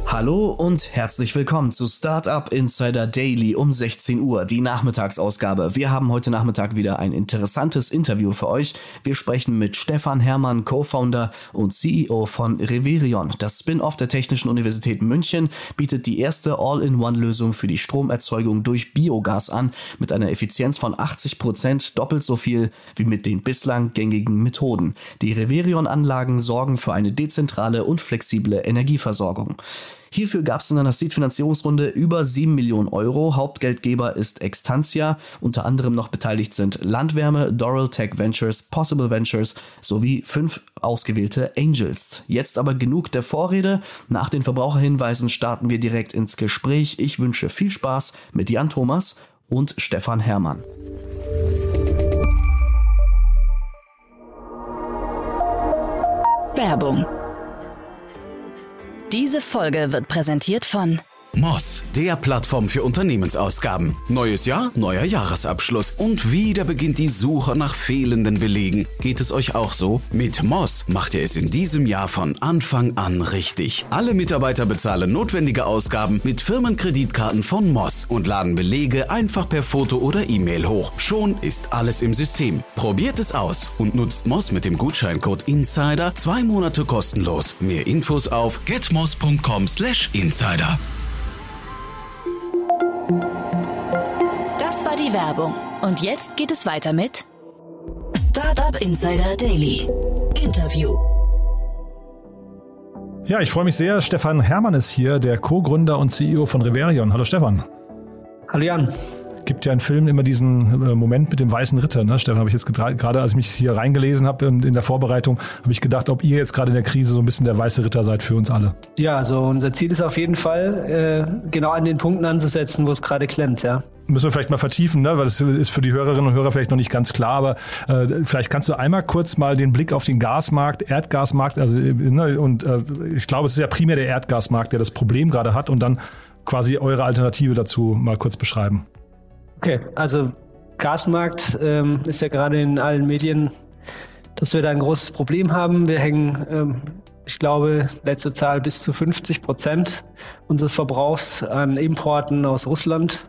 Hallo und herzlich willkommen zu Startup Insider Daily um 16 Uhr, die Nachmittagsausgabe. Wir haben heute Nachmittag wieder ein interessantes Interview für euch. Wir sprechen mit Stefan Hermann, Co-Founder und CEO von Reverion. Das Spin-off der Technischen Universität München bietet die erste All-in-One-Lösung für die Stromerzeugung durch Biogas an, mit einer Effizienz von 80%, doppelt so viel wie mit den bislang gängigen Methoden. Die Reverion-Anlagen sorgen für eine dezentrale und flexible Energieversorgung. Hierfür gab es in einer Seed-Finanzierungsrunde über 7 Millionen Euro. Hauptgeldgeber ist Extantia. Unter anderem noch beteiligt sind Landwärme, Doral Tech Ventures, Possible Ventures sowie 5 ausgewählte Angels. Jetzt aber genug der Vorrede. Nach den Verbraucherhinweisen starten wir direkt ins Gespräch. Ich wünsche viel Spaß mit Jan Thomas und Stefan Hermann. Werbung. Diese Folge wird präsentiert von Moss, der Plattform für Unternehmensausgaben. Neues Jahr, neuer Jahresabschluss. Und wieder beginnt die Suche nach fehlenden Belegen. Geht es euch auch so? Mit Moss macht ihr es in diesem Jahr von Anfang an richtig. Alle Mitarbeiter bezahlen notwendige Ausgaben mit Firmenkreditkarten von Moss und laden Belege einfach per Foto oder E-Mail hoch. Schon ist alles im System. Probiert es aus und nutzt Moss mit dem Gutscheincode INSIDER 2 Monate kostenlos. Mehr Infos auf getmoss.com/insider. Das war die Werbung. Und jetzt geht es weiter mit Startup Insider Daily. Interview. Ja, ich freue mich sehr. Stefan Hermann ist hier, der Co-Gründer und CEO von Reverion. Hallo Stefan. Hallo Jan. Gibt ja in Filmen immer diesen Moment mit dem weißen Ritter, ne? Stefan, habe ich jetzt gerade, als ich mich hier reingelesen habe in der Vorbereitung, habe ich gedacht, ob ihr jetzt gerade in der Krise so ein bisschen der weiße Ritter seid für uns alle. Ja, also unser Ziel ist auf jeden Fall, genau an den Punkten anzusetzen, wo es gerade klemmt, ja. Müssen wir vielleicht mal vertiefen, ne? Weil das ist für die Hörerinnen und Hörer vielleicht noch nicht ganz klar, aber vielleicht kannst du einmal kurz mal den Blick auf den Gasmarkt, Erdgasmarkt, also ich glaube, es ist ja primär der Erdgasmarkt, der das Problem gerade hat, und dann quasi eure Alternative dazu mal kurz beschreiben. Okay, also Gasmarkt ist ja gerade in allen Medien, dass wir da ein großes Problem haben. Wir hängen, ich glaube, letzte Zahl bis zu 50% unseres Verbrauchs an Importen aus Russland,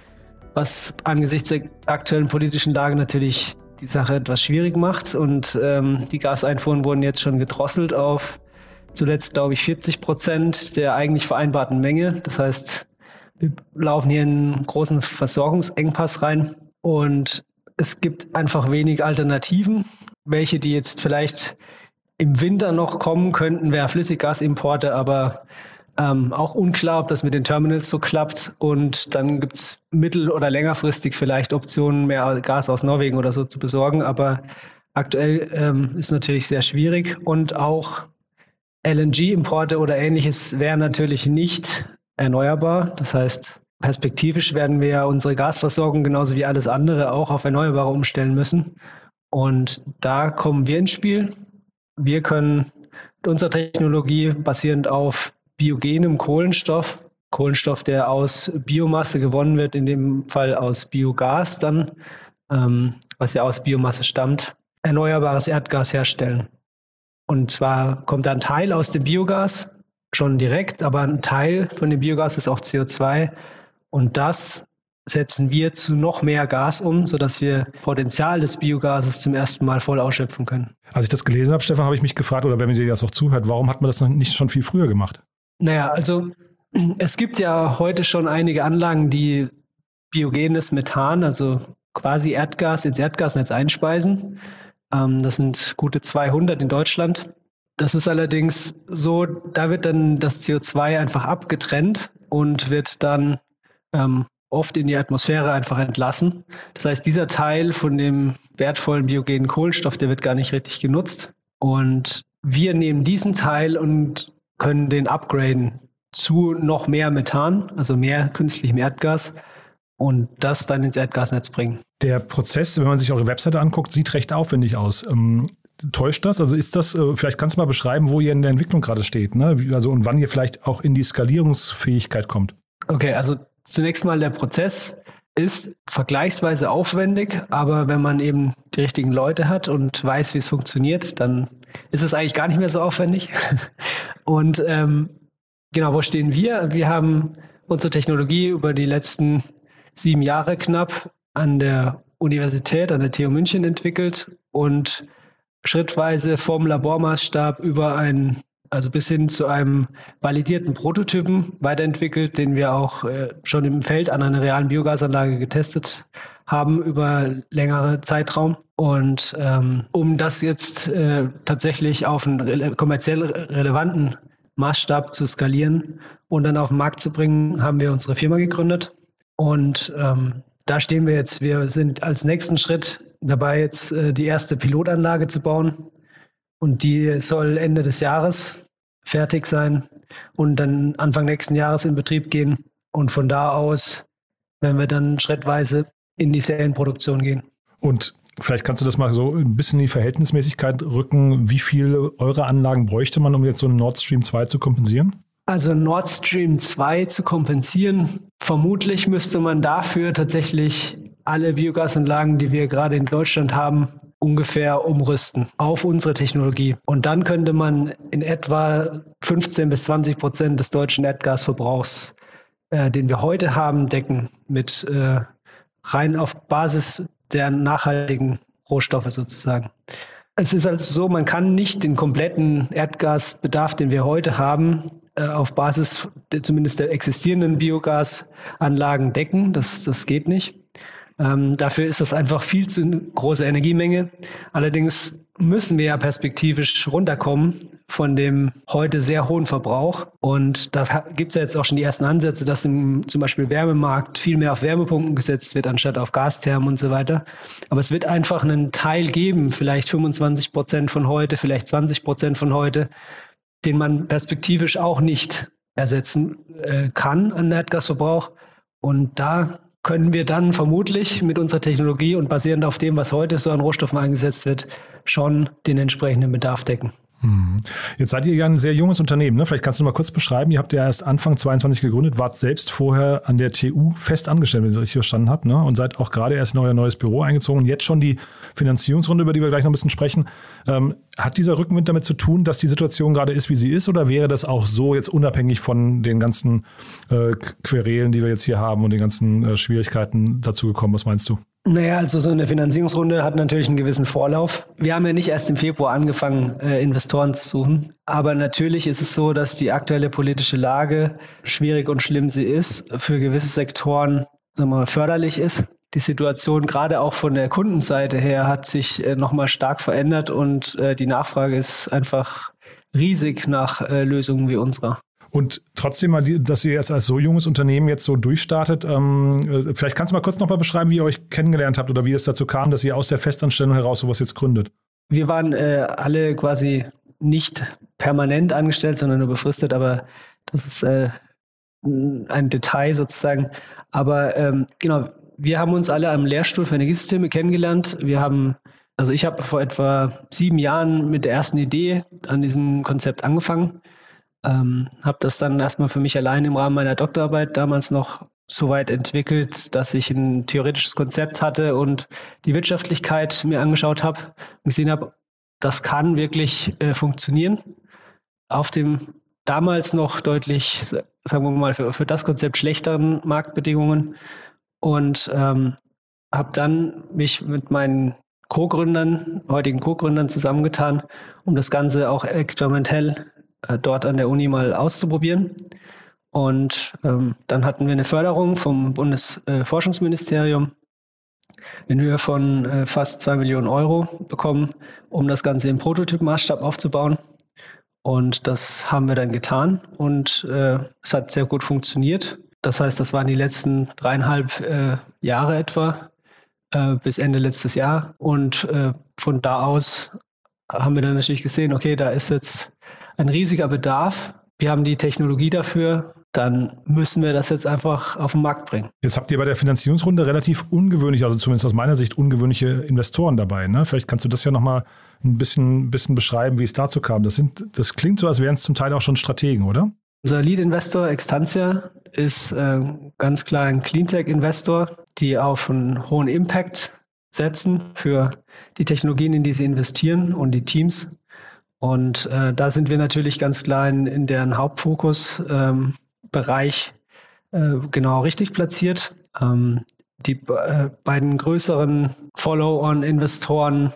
was angesichts der aktuellen politischen Lage natürlich die Sache etwas schwierig macht. Und die Gaseinfuhren wurden jetzt schon gedrosselt auf zuletzt, glaube ich, 40% der eigentlich vereinbarten Menge. Das heißt, wir laufen hier in einen großen Versorgungsengpass rein und es gibt einfach wenig Alternativen. Welche, die jetzt vielleicht im Winter noch kommen könnten, wäre Flüssiggasimporte, aber auch unklar, ob das mit den Terminals so klappt. Und dann gibt es mittel- oder längerfristig vielleicht Optionen, mehr Gas aus Norwegen oder so zu besorgen. Aber aktuell ist natürlich sehr schwierig. Und auch LNG-Importe oder Ähnliches wären natürlich nicht erneuerbar. Das heißt, perspektivisch werden wir unsere Gasversorgung genauso wie alles andere auch auf Erneuerbare umstellen müssen. Und da kommen wir ins Spiel. Wir können mit unserer Technologie basierend auf biogenem Kohlenstoff, der aus Biomasse gewonnen wird, in dem Fall aus Biogas dann, was ja aus Biomasse stammt, erneuerbares Erdgas herstellen. Und zwar kommt da ein Teil aus dem Biogas, schon direkt, aber ein Teil von dem Biogas ist auch CO2 und das setzen wir zu noch mehr Gas um, sodass wir Potenzial des Biogases zum ersten Mal voll ausschöpfen können. Als ich das gelesen habe, Stefan, habe ich mich gefragt, oder wenn mir das auch zuhört, warum hat man das noch nicht schon viel früher gemacht? Naja, also es gibt ja heute schon einige Anlagen, die biogenes Methan, also quasi Erdgas ins Erdgasnetz einspeisen. Das sind gute 200 in Deutschland. Das ist allerdings so, da wird dann das CO2 einfach abgetrennt und wird dann oft in die Atmosphäre einfach entlassen. Das heißt, dieser Teil von dem wertvollen biogenen Kohlenstoff, der wird gar nicht richtig genutzt. Und wir nehmen diesen Teil und können den upgraden zu noch mehr Methan, also mehr künstlichem Erdgas, und das dann ins Erdgasnetz bringen. Der Prozess, wenn man sich eure Webseite anguckt, sieht recht aufwendig aus. Täuscht das? Also ist das, vielleicht kannst du mal beschreiben, wo ihr in der Entwicklung gerade steht, ne? Also und wann ihr vielleicht auch in die Skalierungsfähigkeit kommt. Okay, also zunächst mal der Prozess ist vergleichsweise aufwendig, aber wenn man eben die richtigen Leute hat und weiß, wie es funktioniert, dann ist es eigentlich gar nicht mehr so aufwendig. Und Genau, wo stehen wir? Wir haben unsere Technologie über die letzten 7 Jahre knapp an der Universität, an der TU München entwickelt und schrittweise vom Labormaßstab also bis hin zu einem validierten Prototypen weiterentwickelt, den wir auch schon im Feld an einer realen Biogasanlage getestet haben über längere Zeitraum. Und um das jetzt tatsächlich auf einen kommerziell relevanten Maßstab zu skalieren und dann auf den Markt zu bringen, haben wir unsere Firma gegründet. Und da stehen wir jetzt. Wir sind als nächsten Schritt dabei, jetzt die erste Pilotanlage zu bauen. Und die soll Ende des Jahres fertig sein und dann Anfang nächsten Jahres in Betrieb gehen. Und von da aus werden wir dann schrittweise in die Serienproduktion gehen. Und vielleicht kannst du das mal so ein bisschen in die Verhältnismäßigkeit rücken. Wie viele eurer Anlagen bräuchte man, um jetzt so einen Nord Stream 2 zu kompensieren? Also Nord Stream 2 zu kompensieren, vermutlich müsste man dafür tatsächlich alle Biogasanlagen, die wir gerade in Deutschland haben, ungefähr umrüsten auf unsere Technologie. Und dann könnte man in etwa 15-20% des deutschen Erdgasverbrauchs, den wir heute haben, decken mit rein auf Basis der nachhaltigen Rohstoffe sozusagen. Es ist also so, man kann nicht den kompletten Erdgasbedarf, den wir heute haben, auf Basis zumindest der existierenden Biogasanlagen decken. Das geht nicht. Dafür ist das einfach viel zu große Energiemenge. Allerdings müssen wir ja perspektivisch runterkommen von dem heute sehr hohen Verbrauch. Und da gibt es ja jetzt auch schon die ersten Ansätze, dass im zum Beispiel Wärmemarkt viel mehr auf Wärmepumpen gesetzt wird, anstatt auf Gasthermen und so weiter. Aber es wird einfach einen Teil geben, vielleicht 25% von heute, vielleicht 20% von heute, den man perspektivisch auch nicht ersetzen kann an Erdgasverbrauch. Und da können wir dann vermutlich mit unserer Technologie und basierend auf dem, was heute so an Rohstoffen eingesetzt wird, schon den entsprechenden Bedarf decken. Jetzt seid ihr ja ein sehr junges Unternehmen, ne? Vielleicht kannst du mal kurz beschreiben, ihr habt ja erst Anfang 22 gegründet, wart selbst vorher an der TU fest angestellt, wenn ich es richtig verstanden habe, ne? Und seid auch gerade erst in euer neues Büro eingezogen und jetzt schon die Finanzierungsrunde, über die wir gleich noch ein bisschen sprechen. Hat dieser Rückenwind damit zu tun, dass die Situation gerade ist, wie sie ist, oder wäre das auch so jetzt unabhängig von den ganzen Querelen, die wir jetzt hier haben und den ganzen Schwierigkeiten dazu gekommen? Was meinst du? Naja, also so eine Finanzierungsrunde hat natürlich einen gewissen Vorlauf. Wir haben ja nicht erst im Februar angefangen, Investoren zu suchen. Aber natürlich ist es so, dass die aktuelle politische Lage, schwierig und schlimm sie ist, für gewisse Sektoren, sagen wir mal, förderlich ist. Die Situation gerade auch von der Kundenseite her hat sich nochmal stark verändert und die Nachfrage ist einfach riesig nach Lösungen wie unserer. Und trotzdem mal, dass ihr jetzt als so junges Unternehmen jetzt so durchstartet, vielleicht kannst du mal kurz nochmal beschreiben, wie ihr euch kennengelernt habt oder wie es dazu kam, dass ihr aus der Festanstellung heraus sowas jetzt gründet. Wir waren alle quasi nicht permanent angestellt, sondern nur befristet, aber das ist ein Detail sozusagen. Aber genau, wir haben uns alle am Lehrstuhl für Energiesysteme kennengelernt. Ich habe vor etwa 7 Jahren mit der ersten Idee an diesem Konzept angefangen. Habe das dann erstmal für mich allein im Rahmen meiner Doktorarbeit damals noch so weit entwickelt, dass ich ein theoretisches Konzept hatte und die Wirtschaftlichkeit mir angeschaut habe und gesehen habe, das kann wirklich funktionieren. Auf dem damals noch deutlich, sagen wir mal, für das Konzept schlechteren Marktbedingungen und habe dann mich mit meinen heutigen Co-Gründern zusammengetan, um das Ganze auch experimentell dort an der Uni mal auszuprobieren. Und dann hatten wir eine Förderung vom Bundesforschungsministerium in Höhe von fast 2 Millionen Euro bekommen, um das Ganze im Prototypmaßstab aufzubauen. Und das haben wir dann getan und es hat sehr gut funktioniert. Das heißt, das waren die letzten 3,5 Jahre etwa bis Ende letztes Jahr. Und von da aus haben wir dann natürlich gesehen, okay, da ist jetzt ein riesiger Bedarf. Wir haben die Technologie dafür. Dann müssen wir das jetzt einfach auf den Markt bringen. Jetzt habt ihr bei der Finanzierungsrunde relativ ungewöhnliche, also zumindest aus meiner Sicht ungewöhnliche Investoren dabei, ne? Vielleicht kannst du das ja nochmal ein bisschen beschreiben, wie es dazu kam. Das klingt so, als wären es zum Teil auch schon Strategen, oder? Unser Lead-Investor Extantia ist ganz klar ein Cleantech-Investor, die auf einen hohen Impact setzen für die Technologien, in die sie investieren und die Teams. Und da sind wir natürlich ganz klar in deren Hauptfokusbereich genau richtig platziert. Die beiden größeren Follow-on-Investoren,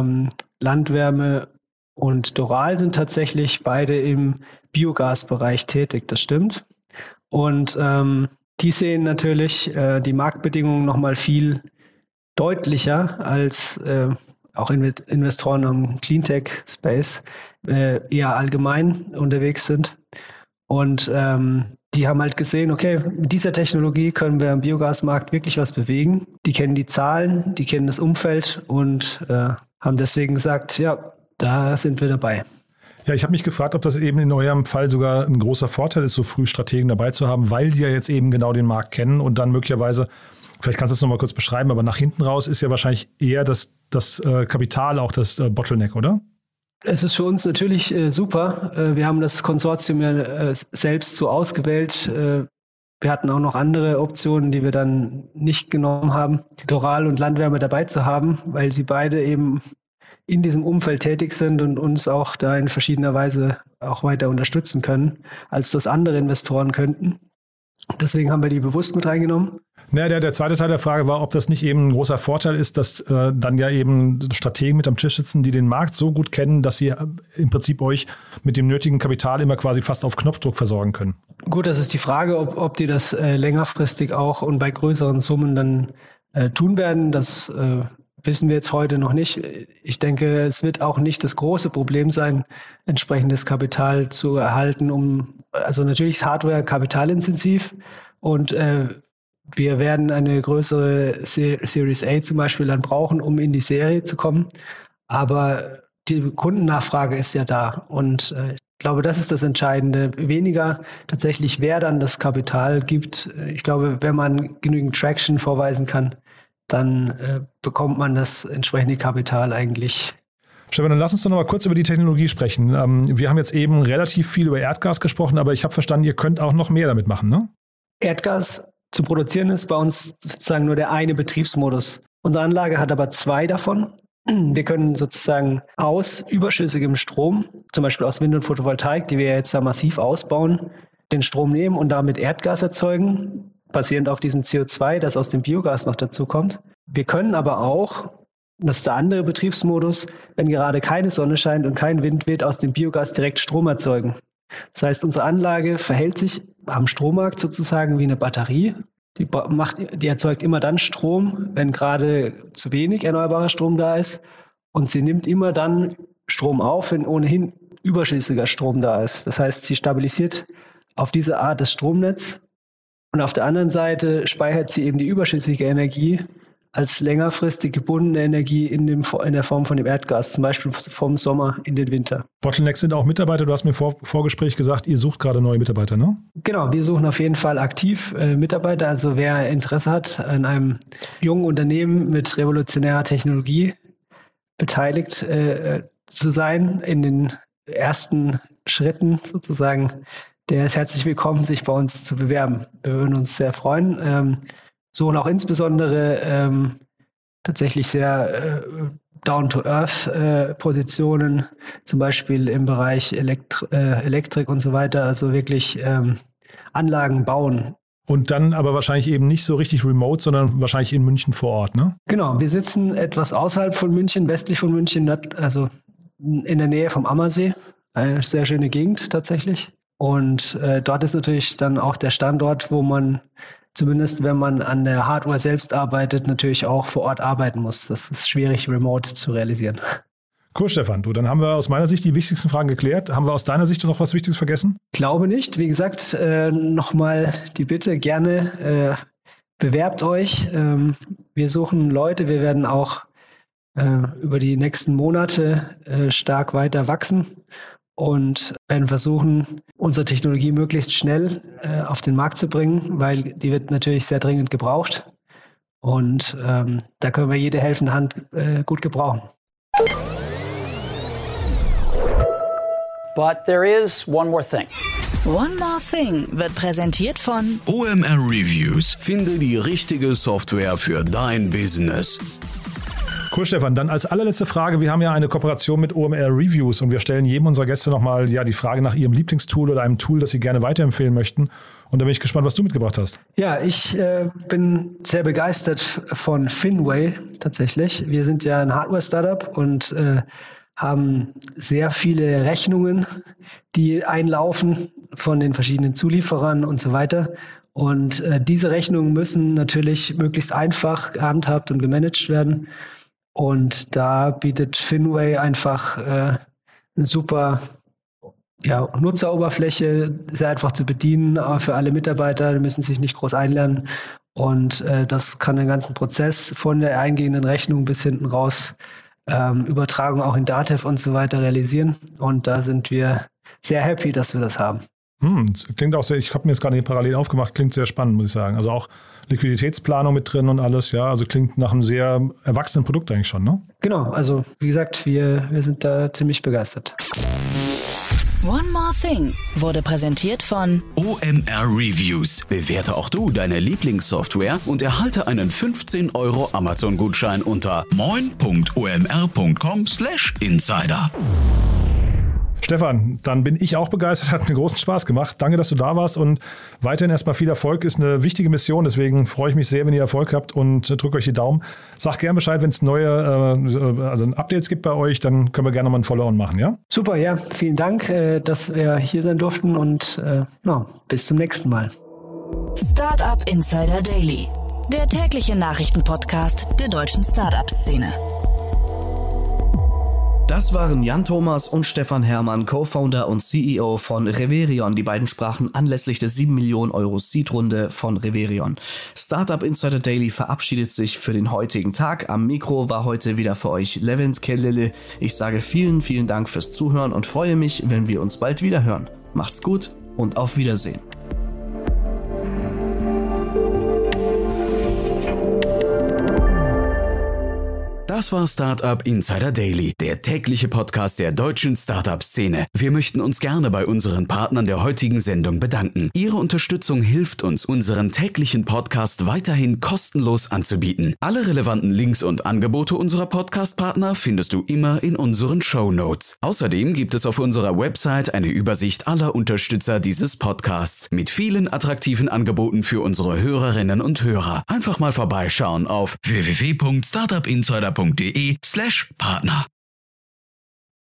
Landwärme und Doral, sind tatsächlich beide im Biogasbereich tätig, das stimmt. Und die sehen natürlich die Marktbedingungen nochmal viel deutlicher als auch Investoren im Cleantech-Space eher allgemein unterwegs sind. Und die haben halt gesehen, okay, mit dieser Technologie können wir am Biogasmarkt wirklich was bewegen. Die kennen die Zahlen, die kennen das Umfeld und haben deswegen gesagt, ja, da sind wir dabei. Ja, ich habe mich gefragt, ob das eben in eurem Fall sogar ein großer Vorteil ist, so früh Strategen dabei zu haben, weil die ja jetzt eben genau den Markt kennen und dann möglicherweise, vielleicht kannst du es nochmal kurz beschreiben, aber nach hinten raus ist ja wahrscheinlich eher das Kapital auch das Bottleneck, oder? Es ist für uns natürlich super. Wir haben das Konsortium ja selbst so ausgewählt. Wir hatten auch noch andere Optionen, die wir dann nicht genommen haben, Doral und Landwärme dabei zu haben, weil sie beide eben in diesem Umfeld tätig sind und uns auch da in verschiedener Weise auch weiter unterstützen können, als das andere Investoren könnten. Deswegen haben wir die bewusst mit reingenommen. Naja, der zweite Teil der Frage war, ob das nicht eben ein großer Vorteil ist, dass dann ja eben Strategen mit am Tisch sitzen, die den Markt so gut kennen, dass sie im Prinzip euch mit dem nötigen Kapital immer quasi fast auf Knopfdruck versorgen können. Gut, das ist die Frage, ob die das längerfristig auch und bei größeren Summen dann tun werden. Das wissen wir jetzt heute noch nicht. Ich denke, es wird auch nicht das große Problem sein, entsprechendes Kapital zu erhalten. Also natürlich ist Hardware kapitalintensiv und wir werden eine größere Series A zum Beispiel dann brauchen, um in die Serie zu kommen. Aber die Kundennachfrage ist ja da. Und ich glaube, das ist das Entscheidende. Weniger tatsächlich, wer dann das Kapital gibt. Ich glaube, wenn man genügend Traction vorweisen kann, dann bekommt man das entsprechende Kapital eigentlich. Stefan, dann lass uns doch noch mal kurz über die Technologie sprechen. Wir haben jetzt eben relativ viel über Erdgas gesprochen, aber ich habe verstanden, ihr könnt auch noch mehr damit machen, ne? Erdgas zu produzieren ist bei uns sozusagen nur der eine Betriebsmodus. Unsere Anlage hat aber zwei davon. Wir können sozusagen aus überschüssigem Strom, zum Beispiel aus Wind- und Photovoltaik, die wir jetzt da massiv ausbauen, den Strom nehmen und damit Erdgas erzeugen, basierend auf diesem CO2, das aus dem Biogas noch dazu kommt. Wir können aber auch, das ist der andere Betriebsmodus, wenn gerade keine Sonne scheint und kein Wind weht, aus dem Biogas direkt Strom erzeugen. Das heißt, unsere Anlage verhält sich am Strommarkt sozusagen wie eine Batterie. Die erzeugt immer dann Strom, wenn gerade zu wenig erneuerbarer Strom da ist. Und sie nimmt immer dann Strom auf, wenn ohnehin überschüssiger Strom da ist. Das heißt, sie stabilisiert auf diese Art das Stromnetz. Und auf der anderen Seite speichert sie eben die überschüssige Energie als längerfristig gebundene Energie in der Form von dem Erdgas, zum Beispiel vom Sommer in den Winter. Bottlenecks sind auch Mitarbeiter. Du hast mir im Vorgespräch gesagt, ihr sucht gerade neue Mitarbeiter, ne? Genau, wir suchen auf jeden Fall aktiv Mitarbeiter. Also wer Interesse hat, an einem jungen Unternehmen mit revolutionärer Technologie beteiligt zu sein, in den ersten Schritten sozusagen, der ist herzlich willkommen, sich bei uns zu bewerben. Wir würden uns sehr freuen. Suchen auch insbesondere tatsächlich sehr Down-to-Earth-Positionen, zum Beispiel im Bereich Elektrik und so weiter, also wirklich Anlagen bauen. Und dann aber wahrscheinlich eben nicht so richtig remote, sondern wahrscheinlich in München vor Ort, ne? Genau, wir sitzen etwas außerhalb von München, westlich von München, also in der Nähe vom Ammersee. Eine sehr schöne Gegend tatsächlich. Und dort ist natürlich dann auch der Standort, wo man zumindest, wenn man an der Hardware selbst arbeitet, natürlich auch vor Ort arbeiten muss. Das ist schwierig, remote zu realisieren. Cool, Stefan. Dann haben wir aus meiner Sicht die wichtigsten Fragen geklärt. Haben wir aus deiner Sicht noch was Wichtiges vergessen? Ich glaube nicht. Wie gesagt, nochmal die Bitte, gerne bewerbt euch. Wir suchen Leute. Wir werden auch über die nächsten Monate stark weiter wachsen und werden versuchen, unsere Technologie möglichst schnell auf den Markt zu bringen, weil die wird natürlich sehr dringend gebraucht. Und da können wir jede helfende Hand gut gebrauchen. But there is one more thing. One More Thing wird präsentiert von OMR Reviews. Finde die richtige Software für dein Business. Cool, Stefan. Dann als allerletzte Frage, wir haben ja eine Kooperation mit OMR Reviews und wir stellen jedem unserer Gäste nochmal die Frage nach ihrem Lieblingstool oder einem Tool, das sie gerne weiterempfehlen möchten. Und da bin ich gespannt, was du mitgebracht hast. Ja, ich bin sehr begeistert von Finway tatsächlich. Wir sind ja ein Hardware-Startup und haben sehr viele Rechnungen, die einlaufen von den verschiedenen Zulieferern und so weiter. Und diese Rechnungen müssen natürlich möglichst einfach gehandhabt und gemanagt werden. Und da bietet Finway einfach eine super Nutzeroberfläche, sehr einfach zu bedienen, aber für alle Mitarbeiter, die müssen sich nicht groß einlernen. Und das kann den ganzen Prozess von der eingehenden Rechnung bis hinten raus, Übertragung auch in Datev und so weiter realisieren. Und da sind wir sehr happy, dass wir das haben. Klingt auch sehr, ich habe mir jetzt gerade hier parallel aufgemacht, klingt sehr spannend, muss ich sagen. Also auch Liquiditätsplanung mit drin und alles, ja, also klingt nach einem sehr erwachsenen Produkt eigentlich schon, ne? Genau, also wie gesagt, wir sind da ziemlich begeistert. One More Thing wurde präsentiert von OMR Reviews. Bewerte auch du deine Lieblingssoftware und erhalte einen 15 € Amazon-Gutschein unter moin.omr.com/insider. Stefan, dann bin ich auch begeistert, hat mir großen Spaß gemacht. Danke, dass du da warst und weiterhin erstmal viel Erfolg. Ist eine wichtige Mission, deswegen freue ich mich sehr, wenn ihr Erfolg habt und drückt euch die Daumen. Sag gerne Bescheid, wenn es neue Updates gibt bei euch, dann können wir gerne mal ein Follow-on machen, ja? Super, ja, vielen Dank, dass wir hier sein durften und bis zum nächsten Mal. Startup Insider Daily, der tägliche Nachrichtenpodcast der deutschen Startup-Szene. Das waren Jan Thomas und Stefan Hermann, Co-Founder und CEO von Reverion. Die beiden sprachen anlässlich der 7 Millionen € Seed-Runde von Reverion. Startup Insider Daily verabschiedet sich für den heutigen Tag. Am Mikro war heute wieder für euch Levent Kellele. Ich sage vielen, vielen Dank fürs Zuhören und freue mich, wenn wir uns bald wieder hören. Macht's gut und auf Wiedersehen. Das war Startup Insider Daily, der tägliche Podcast der deutschen Startup-Szene. Wir möchten uns gerne bei unseren Partnern der heutigen Sendung bedanken. Ihre Unterstützung hilft uns, unseren täglichen Podcast weiterhin kostenlos anzubieten. Alle relevanten Links und Angebote unserer Podcast-Partner findest du immer in unseren Shownotes. Außerdem gibt es auf unserer Website eine Übersicht aller Unterstützer dieses Podcasts mit vielen attraktiven Angeboten für unsere Hörerinnen und Hörer. Einfach mal vorbeischauen auf www.startupinsider.de/Partner.